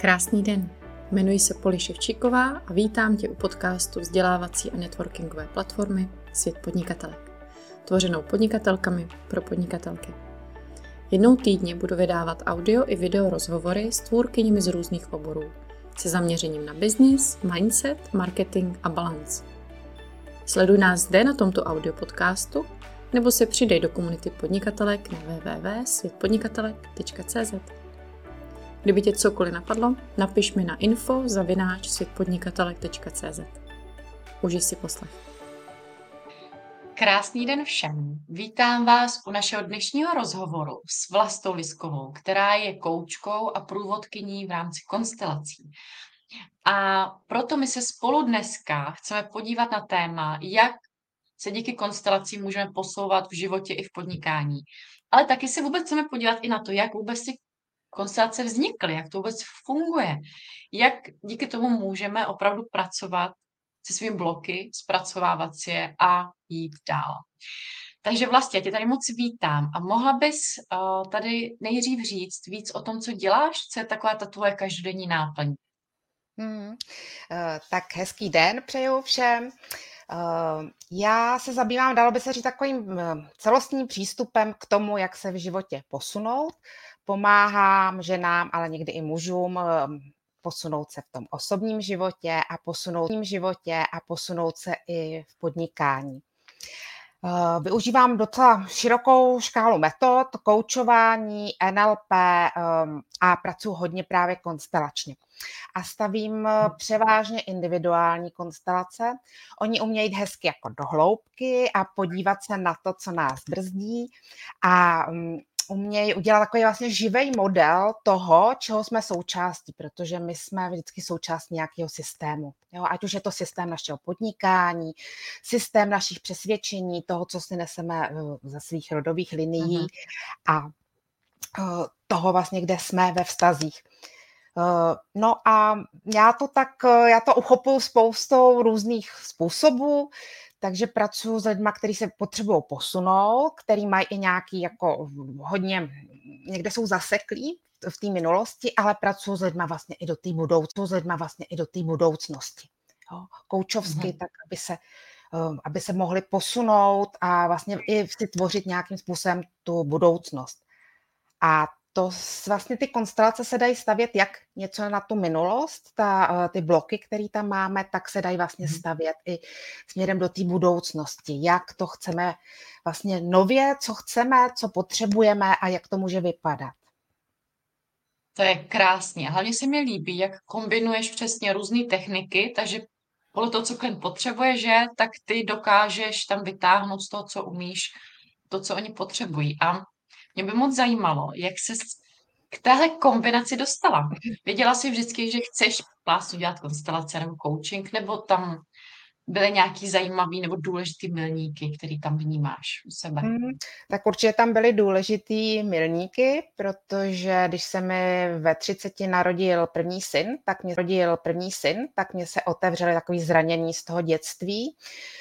Krásný den, jmenuji se Poli Ševčíková a vítám tě u podcastu vzdělávací a networkingové platformy Svět podnikatelek, tvořenou podnikatelkami pro podnikatelky. Jednou týdně budu vydávat audio i video rozhovory s tvůrkyněmi z různých oborů, se zaměřením na business, mindset, marketing a balance. Sleduj nás zde na tomto audio podcastu nebo se přidej do komunity podnikatelek na www.světpodnikatelek.cz. Kdyby tě cokoliv napadlo, napiš mi na info@světpodnikatelek.cz. Užij si poslech. Krásný den všem. Vítám vás u našeho dnešního rozhovoru s Vlastou Liskovou, která je koučkou a průvodkyní v rámci konstelací. A proto my se spolu dneska chceme podívat na téma, jak se díky konstelacím můžeme posouvat v životě i v podnikání. Ale taky se vůbec chceme podívat i na to, jak vůbec si konstelace vznikly, jak to vůbec funguje, jak díky tomu můžeme opravdu pracovat se svými bloky, zpracovávat si je a jít dál. Takže vlastně já tě tady moc vítám a mohla bys tady nejdřív říct víc o tom, co děláš, co je taková ta tvoje každodenní náplň. Tak hezký den přeju všem. Já se zabývám, dalo by se říct, takovým celostním přístupem k tomu, jak se v životě posunout. Pomáhám ženám, ale někdy i mužům posunout se v tom osobním životě a posunout se i v podnikání. Využívám docela širokou škálu metod, koučování, NLP a pracuji hodně právě konstelačně. A stavím převážně individuální konstelace. Oni umějí jít hezky jako do hloubky a podívat se na to, co nás brzdí a umějí udělat takový vlastně živý model toho, čeho jsme součástí, protože my jsme vždycky součástí nějakého systému. Jo, ať už je to systém našeho podnikání, systém našich přesvědčení, toho, co si neseme ze svých rodových linií a toho vlastně, kde jsme ve vztazích. No a já to uchopuju spoustou různých způsobů, takže pracuji s lidmi, kteří se potřebují posunout, kteří mají i nějaký jako hodně, někde jsou zaseklí v té minulosti, ale pracuji s lidmi vlastně i do té budoucnosti. Jo, koučovsky, tak aby se mohli posunout a vlastně i si tvořit nějakým způsobem tu budoucnost. A vlastně ty konstelace se dají stavět jak něco na tu minulost, ty bloky, které tam máme, tak se dají vlastně stavět i směrem do té budoucnosti. Jak to chceme vlastně nově, co chceme, co potřebujeme a jak to může vypadat. To je krásně. Hlavně se mi líbí, jak kombinuješ přesně různé techniky, takže podle toho, co klient potřebuje, že, tak ty dokážeš tam vytáhnout z toho, co umíš, to, co oni potřebují. A mě by moc zajímalo, jak se k téhle kombinaci dostala. Věděla jsi vždycky, že chceš vlastně dělat konstelace nebo coaching, nebo tam byly nějaký zajímavý nebo důležitý milníky, který tam vnímáš u sebe? Tak určitě tam byly důležitý milníky, protože když se mi ve 30 narodil první syn, tak mě se otevřely takový zranění z toho dětství.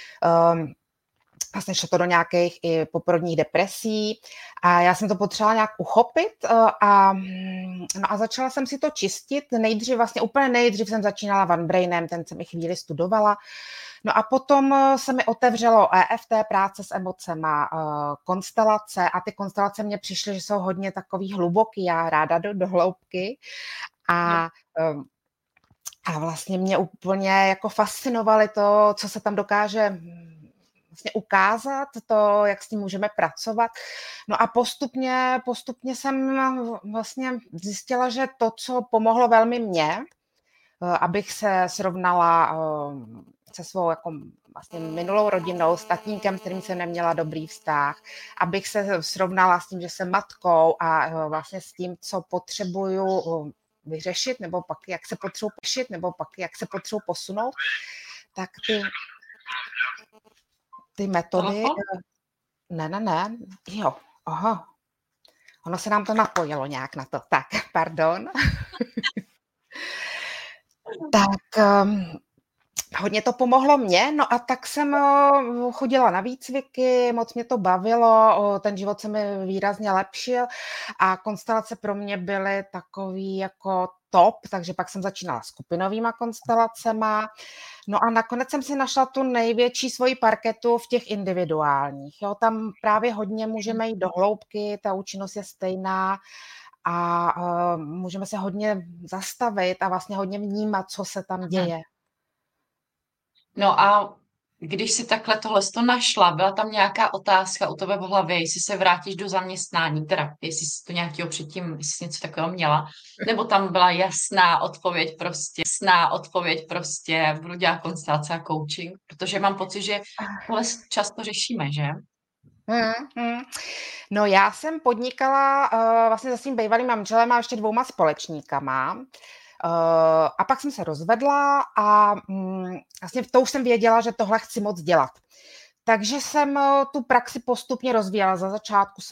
Vlastně šlo to do nějakých i poporodních depresí a já jsem to potřebovala nějak uchopit a začala jsem si to čistit. Úplně nejdřív jsem začínala One Brainem, ten jsem i chvíli studovala. No a potom se mi otevřelo EFT, práce s emocema, konstelace a ty konstelace mně přišly, že jsou hodně takový hluboký, já ráda do hloubky a vlastně mě úplně jako fascinovaly to, co se tam dokáže vlastně ukázat, to, jak s tím můžeme pracovat. No a postupně jsem vlastně zjistila, že to, co pomohlo velmi mně, abych se srovnala se svou jako vlastně minulou rodinou, s tatínkem, s kterým jsem neměla dobrý vztah, abych se srovnala s tím, že jsem matkou a vlastně s tím, co potřebuju vyřešit, nebo pak jak se potřebuji posunout, tak ty metody... Ne, jo, aha. Ono se nám to napojilo nějak na to. Tak, pardon. Tak hodně to pomohlo mně, no a tak jsem chodila na výcviky, moc mě to bavilo, ten život se mi výrazně lepšil a konstelace pro mě byly takový jako top, takže pak jsem začínala skupinovýma konstelacema. No a nakonec jsem si našla tu největší svoji parketu v těch individuálních. Jo, tam právě hodně můžeme jít do hloubky, ta účinnost je stejná a můžeme se hodně zastavit a vlastně hodně vnímat, co se tam děje. No a když si takhle tohle to našla, byla tam nějaká otázka u tebe v hlavě, jestli se vrátíš do zaměstnání, teda jestli jsi to nějakého předtím, jestli jsi něco takového měla, nebo tam byla jasná odpověď prostě, budu dělat konstelace a coaching, protože mám pocit, že tohle často řešíme, že? No já jsem podnikala vlastně se svým bývalým manželem a ještě 2 společníkama. A pak jsem se rozvedla a vlastně to už jsem věděla, že tohle chci moc dělat. Takže jsem tu praxi postupně rozvíjela. Za začátku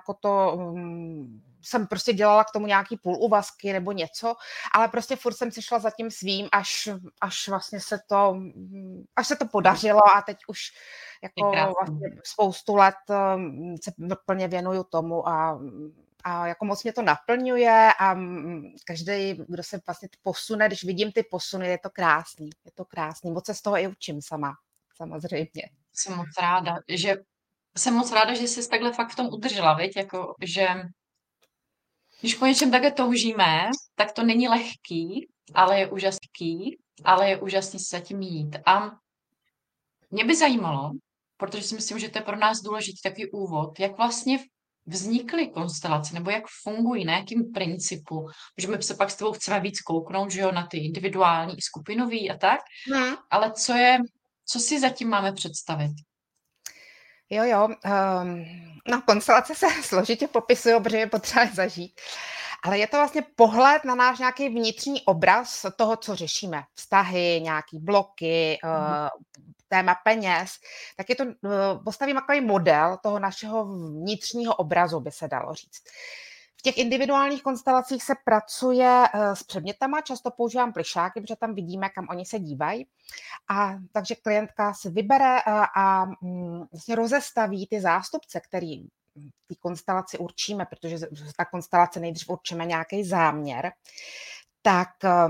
jsem prostě dělala k tomu nějaký půlúvazky nebo něco, ale prostě furt jsem si šla za tím svým, až vlastně se to podařilo a teď už jako vlastně spoustu let se plně věnuju tomu a jako moc mě to naplňuje a každý, kdo se vlastně posune, když vidím ty posuny, je to krásný. Moc se z toho i učím sama, samozřejmě. Jsem moc ráda, že jsi takhle fakt v tom udržela, viď? Jako, že když po něčem takhle toužíme, tak to není lehký, ale je úžasný se zatím jít. A mě by zajímalo, protože si myslím, že to je pro nás důležitý takový úvod, jak vlastně vznikly konstelace, nebo jak fungují, na jakým principu. Že my se pak s tebou chceme víc kouknout, že jo, na ty individuální i skupinový a tak, ale co si zatím máme představit? Jo, no konstelace se složitě popisují, protože je potřeba zažít. Ale je to vlastně pohled na náš nějaký vnitřní obraz toho, co řešíme. Vztahy, nějaký bloky, téma peněz. Tak je to, postavím takový model toho našeho vnitřního obrazu, by se dalo říct. V těch individuálních konstelacích se pracuje s předmětama, často používám plišáky, protože tam vidíme, kam oni se dívají. A takže klientka si vybere a vlastně rozestaví ty zástupce, který ty konstelaci určíme, protože ta konstelace nejdřív určíme nějaký záměr, tak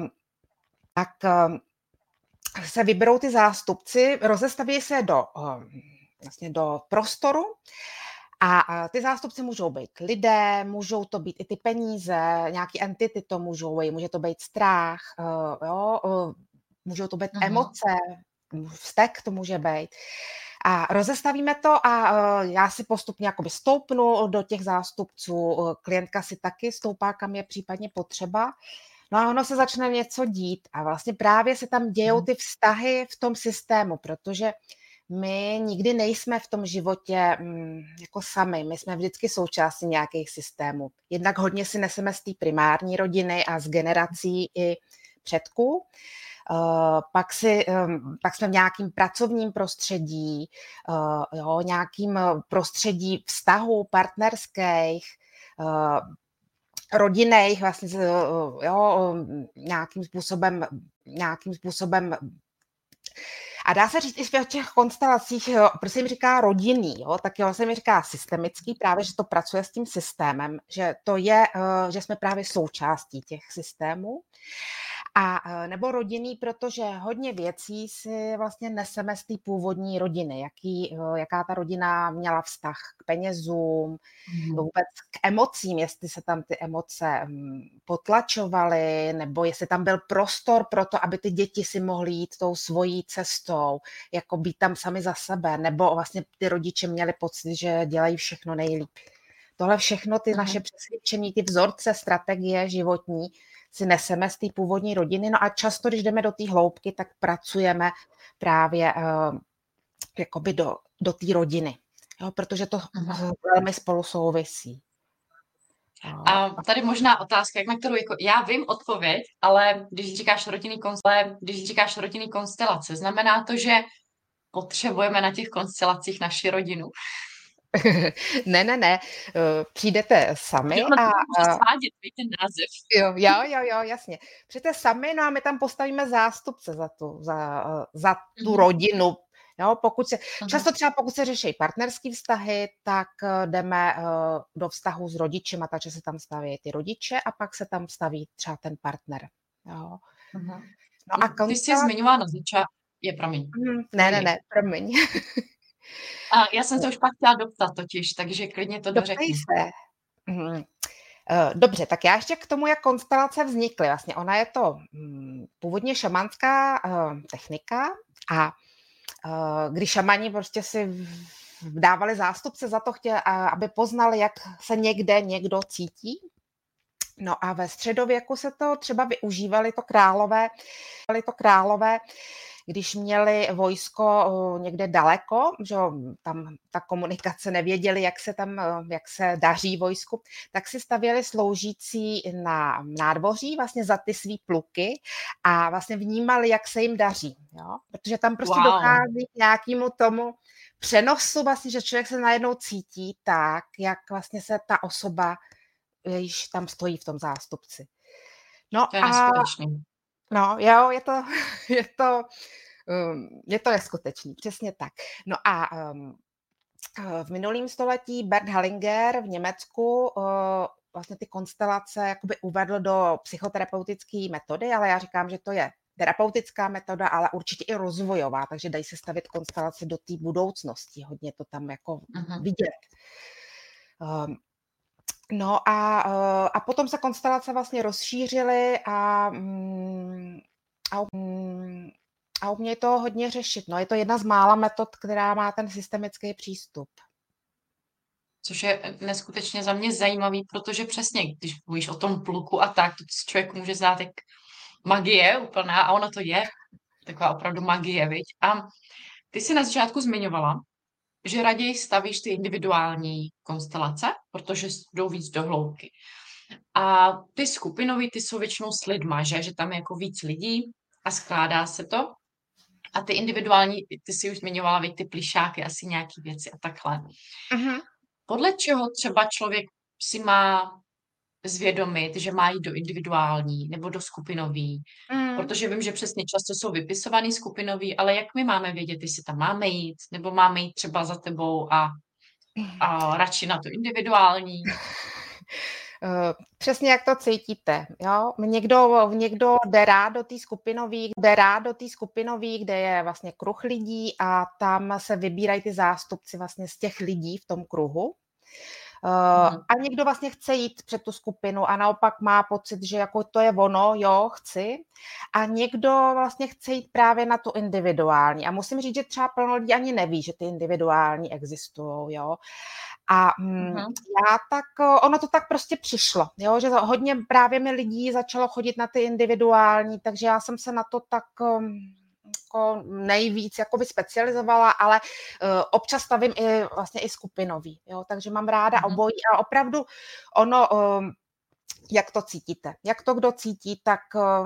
se vyberou ty zástupci, rozestaví se do prostoru a ty zástupci můžou být lidé, můžou to být i ty peníze, nějaký entity to můžou být, může to být strach, můžou to být emoce, vztek to může být. A rozestavíme to a já si postupně jakoby stoupnu do těch zástupců, klientka si taky stoupá, kam je případně potřeba. No a ono se začne něco dít a vlastně právě se tam dějou ty vztahy v tom systému, protože my nikdy nejsme v tom životě jako sami, my jsme vždycky součástí nějakých systémů. Jednak hodně si neseme z té primární rodiny a z generací i předků, pak jsme v nějakým pracovním prostředí, nějakým prostředí vztahů partnerských, rodinných, vlastně, nějakým způsobem. A dá se říct i v těch konstelacích, prostě jim říká rodinný, tak se mi říká systemický, právě, že to pracuje s tím systémem, že to je, že jsme právě součástí těch systémů. A nebo rodinný, protože hodně věcí si vlastně neseme z té původní rodiny, jaká ta rodina měla vztah k penězům, vůbec k emocím, jestli se tam ty emoce potlačovaly, nebo jestli tam byl prostor pro to, aby ty děti si mohly jít tou svojí cestou, jako být tam sami za sebe, nebo vlastně ty rodiče měli pocit, že dělají všechno nejlíp. Tohle všechno, ty naše přesvědčení, ty vzorce, strategie životní, si neseme z té původní rodiny. No a často, když jdeme do té hloubky, tak pracujeme právě jakoby do té rodiny, protože to velmi spolu souvisí. A tady možná otázka, na kterou já vím odpověď, ale když říkáš rodinný konstelace, znamená to, že potřebujeme na těch konstelacích naši rodinu? Ne, přijdete Že sami ono to a může svádět, víš, ten název. jo, jasně. Přijdete sami, no a my tam postavíme zástupce za tu rodinu. Jo, často třeba pokud se řeší partnerský vztahy, tak jdeme do vztahu s rodičema, takže se tam staví ty rodiče a pak se tam staví třeba ten partner. Jo. No a Ty jsi zmiňovala na začátku, promiň. Ne, promiň. A já jsem se už pak chtěla doptat totiž, takže klidně to Doptej dořekni. se. Dobře, tak já ještě k tomu, jak konstelace vznikly. Vlastně ona je to původně šamanská technika a když šamani prostě si dávali zástupce za to, aby poznali, jak se někde někdo cítí. No a ve středověku se to třeba využívali to králové, když měli vojsko někde daleko, že tam ta komunikace nevěděli, jak se daří vojsku, tak si stavěli sloužící na nádvoří vlastně za ty svý pluky a vlastně vnímali, jak se jim daří. Jo? Protože tam prostě dochází k nějakému tomu přenosu, vlastně, že člověk se najednou cítí tak, jak vlastně se ta osoba, již tam stojí v tom zástupci. No to je neskutečný. No, jo, je to neskutečný, přesně tak. No a v minulém století Bert Hellinger v Německu vlastně ty konstelace jakoby uvedl do psychoterapeutické metody, ale já říkám, že to je terapeutická metoda, ale určitě i rozvojová, takže dají se stavit konstelace do té budoucnosti, hodně to tam jako vidět. No a potom se konstelace vlastně rozšířily a umějí to hodně řešit. No, je to jedna z mála metod, která má ten systemický přístup. Což je neskutečně za mě zajímavý, protože přesně, když mluvíš o tom pluku a tak, to člověk může znát jak magie úplná a ono to je taková opravdu magie, viď? A ty jsi na začátku zmiňovala, že raději stavíš ty individuální konstelace, protože jdou víc do hloubky. A ty skupinový, ty jsou většinou s lidma, že tam je jako víc lidí a skládá se to. A ty individuální, ty jsi už zmiňovala, ty plišáky, asi nějaký věci a takhle. Podle čeho třeba člověk si má zvědomit, že má jít do individuální nebo do skupinový? Protože vím, že přesně často jsou vypisovaný skupinový, ale jak my máme vědět, jestli tam máme jít, nebo máme jít třeba za tebou a radši na to individuální? Přesně jak to cítíte. Jo? Někdo jde rád do té skupinový, kde je vlastně kruh lidí a tam se vybírají ty zástupci vlastně z těch lidí v tom kruhu. A někdo vlastně chce jít před tu skupinu a naopak má pocit, že jako to je ono, jo, chci. A někdo vlastně chce jít právě na tu individuální. A musím říct, že třeba plno lidí ani neví, že ty individuální existují, jo. A ono to tak prostě přišlo, jo, že hodně právě mi lidí začalo chodit na ty individuální, takže já jsem se na to tak jako nejvíc jakoby specializovala, ale občas stavím i skupinový, jo, takže mám ráda obojí a opravdu ono, jak to cítíte, jak to kdo cítí, tak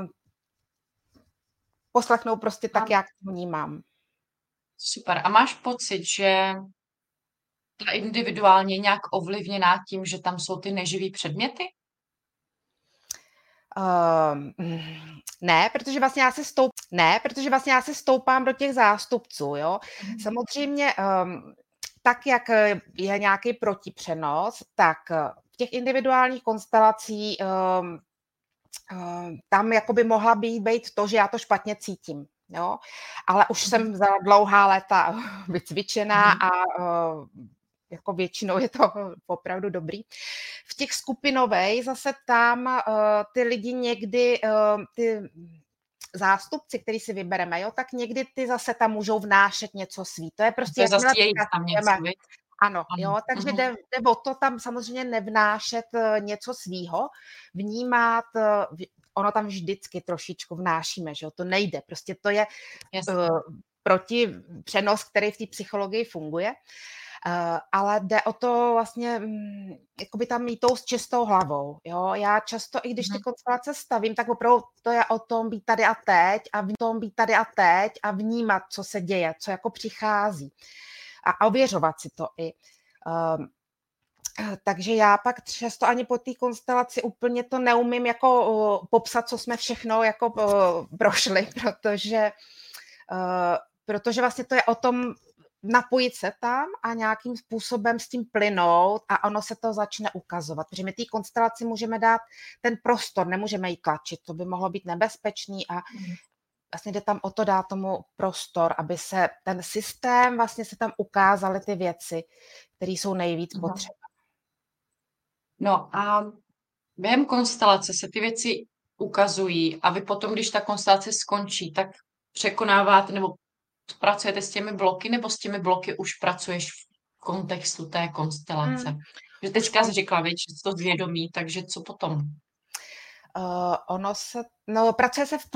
poslechnou prostě tak, jak to vnímám. Super. A máš pocit, že ta individuálně je nějak ovlivněná tím, že tam jsou ty neživý předměty? Ne, protože vlastně já se stoupám do těch zástupců, jo. Samozřejmě tak, jak je nějaký protipřenos, tak v těch individuálních konstelacích tam jakoby mohla být to, že já to špatně cítím, jo. Ale už jsem za dlouhá léta vycvičená a jako většinou je to opravdu dobrý. V těch skupinových zase tam ty lidi někdy, ty zástupci, který si vybereme, jo, tak někdy ty zase tam můžou vnášet něco svý. To je prostě... To je zase jejich tam něco, ano, jo, takže jde o to tam samozřejmě nevnášet něco svýho, vnímat, ono tam vždycky trošičku vnášíme, že jo, to nejde, prostě to je proti přenos, který v té psychologii funguje. Ale jde o to vlastně jakoby tam mít tou s čistou hlavou. Jo? Já často, i když ty konstelace stavím, tak opravdu to je o tom být tady a teď a vnímat, co se děje, co jako přichází. A ověřovat si to i. Takže já pak často ani po té konstelaci úplně to neumím jako popsat, co jsme všechno jako prošli, protože vlastně to je o tom napojit se tam a nějakým způsobem s tím plynout a ono se to začne ukazovat. Protože my té konstelaci můžeme dát ten prostor, nemůžeme ji tlačit, to by mohlo být nebezpečný a vlastně jde tam o to dát tomu prostor, aby se ten systém, vlastně se tam ukázaly ty věci, které jsou nejvíc potřeba. No a během konstelace se ty věci ukazují a vy potom, když ta konstelace skončí, tak překonáváte nebo pracujete s těmi bloky, nebo s těmi bloky už pracuješ v kontextu té konstelace? Že teďka jsi řekla, že to zvědomí, takže co potom? Pracuje se v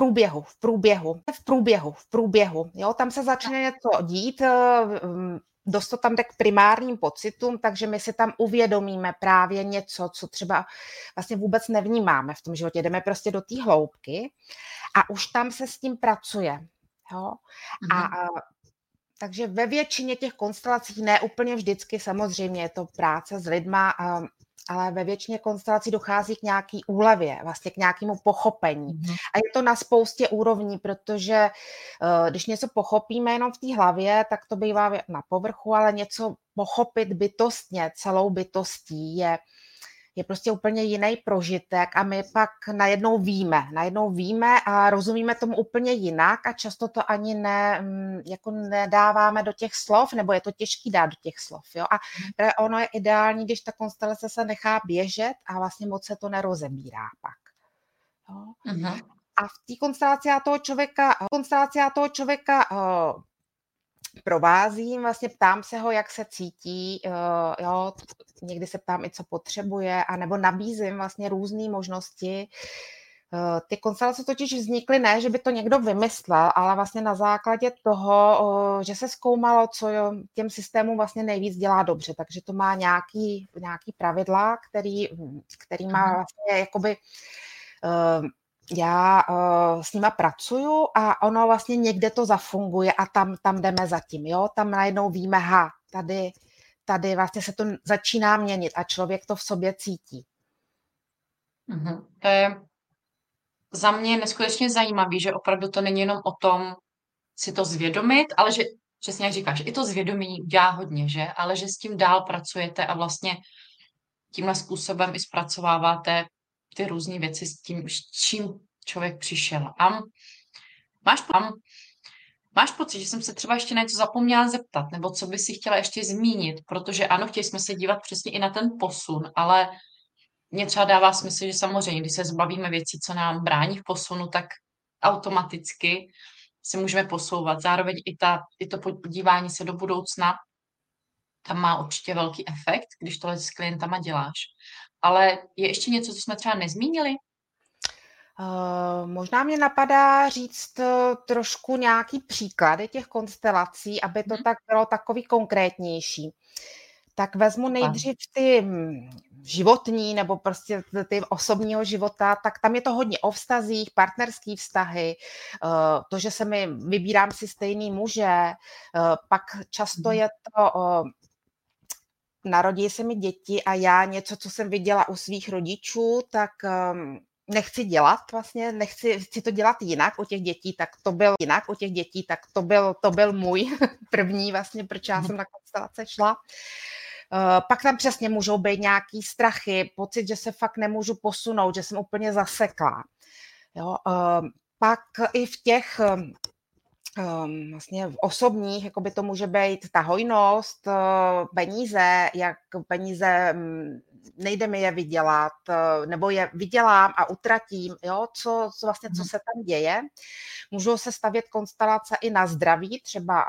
průběhu. Jo, tam se začne něco dít, dost to tam jde k primárním pocitům, takže my si tam uvědomíme právě něco, co třeba vlastně vůbec nevnímáme v tom životě. Jdeme prostě do té hloubky a už tam se s tím pracuje. Jo? Takže ve většině těch konstelací, ne úplně vždycky, samozřejmě je to práce s lidma, ale ve většině konstelací dochází k nějaký úlevě, vlastně k nějakému pochopení. A je to na spoustě úrovní, protože když něco pochopíme jenom v té hlavě, tak to bývá na povrchu, ale něco pochopit bytostně, celou bytostí je prostě úplně jiný prožitek a my pak najednou víme a rozumíme tomu úplně jinak a často to ani nedáváme do těch slov, nebo je to těžký dát do těch slov. Jo? A ono je ideální, když ta konstelace se nechá běžet a vlastně moc se to nerozebírá pak. Jo? A v té konstelaci já toho člověka provázím, vlastně ptám se ho, jak se cítí, jo, někdy se ptám i, co potřebuje, anebo nabízím vlastně různé možnosti. Ty konstelace totiž vznikly ne, že by to někdo vymyslel, ale vlastně na základě toho, že se zkoumalo, co těm systémům vlastně nejvíc dělá dobře, takže to má nějaký pravidla, který má vlastně jakoby já s nima pracuju a ono vlastně někde to zafunguje a tam jdeme zatím, jo, tam najednou víme, tady vlastně se to začíná měnit a člověk to v sobě cítí. To je za mě neskutečně zajímavý, že opravdu to není jenom o tom si to zvědomit, ale že přesně jak říkáš, i to zvědomí dělá hodně, že? Ale že s tím dál pracujete a vlastně tímhle způsobem i zpracováváte ty různé věci s tím, s čím člověk přišel. A máš pocit, že jsem se třeba ještě na něco zapomněla zeptat, nebo co by si chtěla ještě zmínit, protože ano, chtěli jsme se dívat přesně i na ten posun, ale mně třeba dává smysl, že samozřejmě, když se zbavíme věcí, co nám brání v posunu, tak automaticky se můžeme posouvat. Zároveň i to podívání se do budoucna, tam má určitě velký efekt, když tohle s klientama děláš. Ale je ještě něco, co jsme třeba nezmínili? Možná mě napadá říct trošku nějaký příklady těch konstelací, aby to tak bylo takový konkrétnější. Tak vezmu nejdřív ty životní nebo prostě ty osobního života, tak tam je to hodně o vztazích, partnerský vztahy, to, že vybírám si stejný muže, pak často je to narodí se mi děti a já něco, co jsem viděla u svých rodičů, tak nechci dělat vlastně, chci to dělat jinak u těch dětí, tak to byl můj první vlastně, proč já jsem na konstelace šla. Pak tam přesně můžou být nějaký strachy, pocit, že se fakt nemůžu posunout, že jsem úplně zaseklá. Jo? Pak i v těch vlastně v osobních, jako by to může být ta hojnost, peníze, nejde mi je vydělat, nebo je vydělám a utratím, jo, co se tam děje. Můžou se stavět konstelace i na zdraví, třeba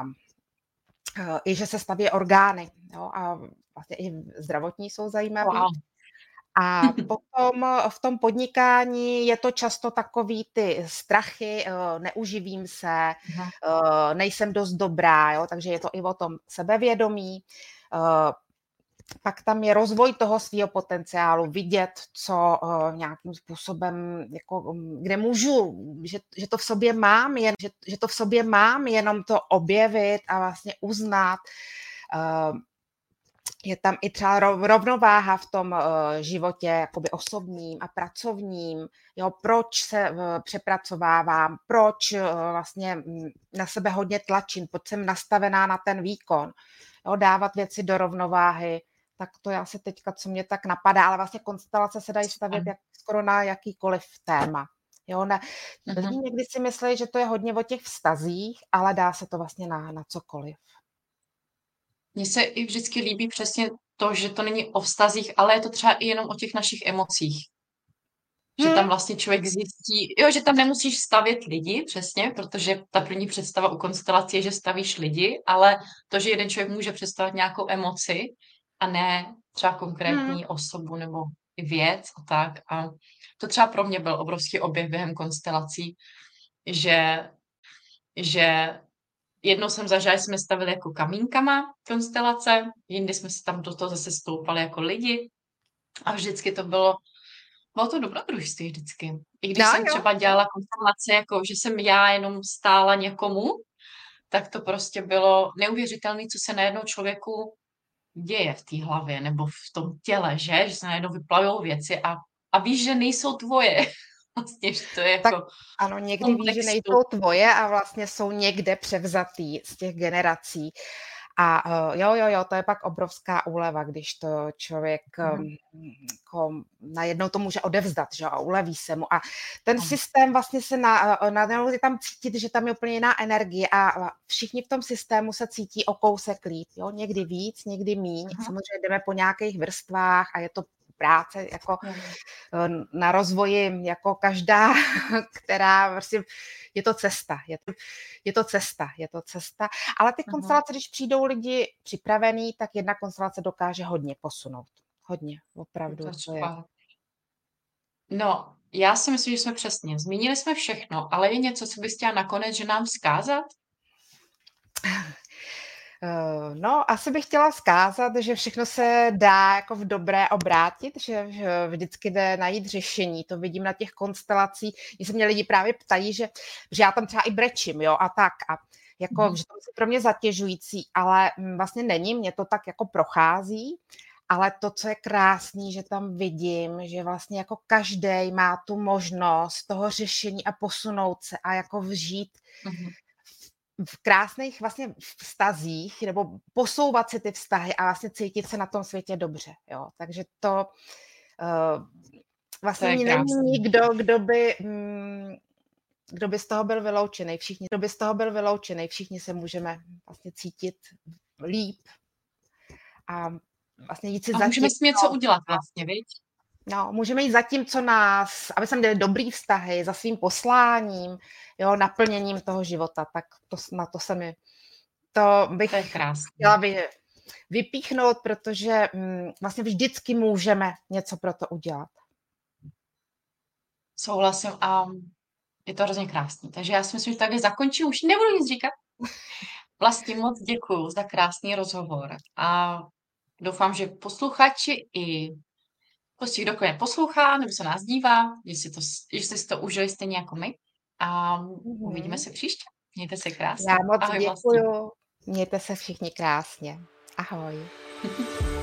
i že se staví orgány, jo, a vlastně i zdravotní jsou zajímavé. Wow. A potom v tom podnikání je to často takový ty strachy, neuživím se, nejsem dost dobrá, jo, takže je to i o tom sebevědomí. Pak tam je rozvoj toho svého potenciálu, vidět, co nějakým způsobem, jako, kde můžu, že to v sobě mám, jenom to objevit a vlastně uznat. je tam i třeba rovnováha v tom životě jakoby osobním a pracovním, jo, proč se přepracovávám, proč vlastně na sebe hodně tlačím, proč jsem nastavená na ten výkon, jo, dávat věci do rovnováhy, tak to je asi teďka, co mě tak napadá, ale vlastně konstelace se dají stavět skoro na jakýkoliv téma. Jo, lidi někdy si myslí, že to je hodně o těch vztazích, ale dá se to vlastně na cokoliv. Mně se i vždycky líbí přesně to, že to není o vztazích, ale je to třeba i jenom o těch našich emocích. Že tam vlastně člověk zjistí, jo, že tam nemusíš stavět lidi, přesně, protože ta první představa u konstelace je, že stavíš lidi, ale to, že jeden člověk může představit nějakou emoci a ne třeba konkrétní osobu nebo i věc a tak. A to třeba pro mě byl obrovský objev během konstelací, že jednou jsem zažila, že jsme stavili jako kamínkama konstelace, jindy jsme se tam do toho zase stoupali jako lidi a vždycky to bylo to dobrodružství vždycky. I když jsem třeba dělala konstelace, jako že jsem já jenom stála někomu, tak to prostě bylo neuvěřitelné, co se najednou člověku děje v té hlavě nebo v tom těle, že se najednou vyplavujou věci a víš, že nejsou tvoje. Vlastně, že to je Tak jako ano, někdy víš, že nejsou tvoje a vlastně jsou někde převzatý z těch generací. A jo, to je pak obrovská úleva, když to člověk jako najednou to může odevzdat, že a uleví se mu. A ten systém vlastně se je tam cítit, že tam je úplně jiná energie a všichni v tom systému se cítí o kousek líp. Jo? Někdy víc, někdy míň. Samozřejmě jdeme po nějakých vrstvách a je to práce jako na rozvoji, jako každá, která prostě je to cesta, je to cesta. Ale ty konstelace, když přijdou lidi připravený, tak jedna konstelace dokáže hodně posunout. Hodně, opravdu. To je. No, já si myslím, že jsme přesně. Zmínili jsme všechno, ale je něco, co bys chtěla nakonec, že nám vzkázat? No, asi bych chtěla vzkázat, že všechno se dá jako v dobré obrátit, že vždycky jde najít řešení. To vidím na těch konstelacích, když se mě lidi právě ptají, že já tam třeba i brečím, jo, a tak. A jako, že to je pro mě zatěžující, ale vlastně není, mě to tak jako prochází. Ale to, co je krásný, že tam vidím, že vlastně jako každej má tu možnost toho řešení a posunout se a jako vžít v krásných vlastně vztazích, nebo posouvat si ty vztahy a vlastně cítit se na tom světě dobře. Jo? Takže to vlastně není nikdo, kdo by z toho byl vyloučený. Všichni se můžeme vlastně cítit líp a vlastně jít si a můžeme s něco udělat vlastně, viď? No, můžeme jít za tím, co nás, aby jsme měli dobrý vztahy, za svým posláním, jo, naplněním toho života, tak na to se mi, to bych chtěla vypíchnout, protože vlastně vždycky můžeme něco pro to udělat. Souhlasím a je to hrozně krásný. Takže já si myslím, že takhle zakončím, už nebudu nic říkat. Vlastně moc děkuju za krásný rozhovor a doufám, že posluchači i prostě kdokoliv poslouchá nebo se nás dívá, že jste si to užili stejně jako my a uvidíme se příště. Mějte se krásně. Já moc děkuju. Mějte se všichni krásně. Ahoj.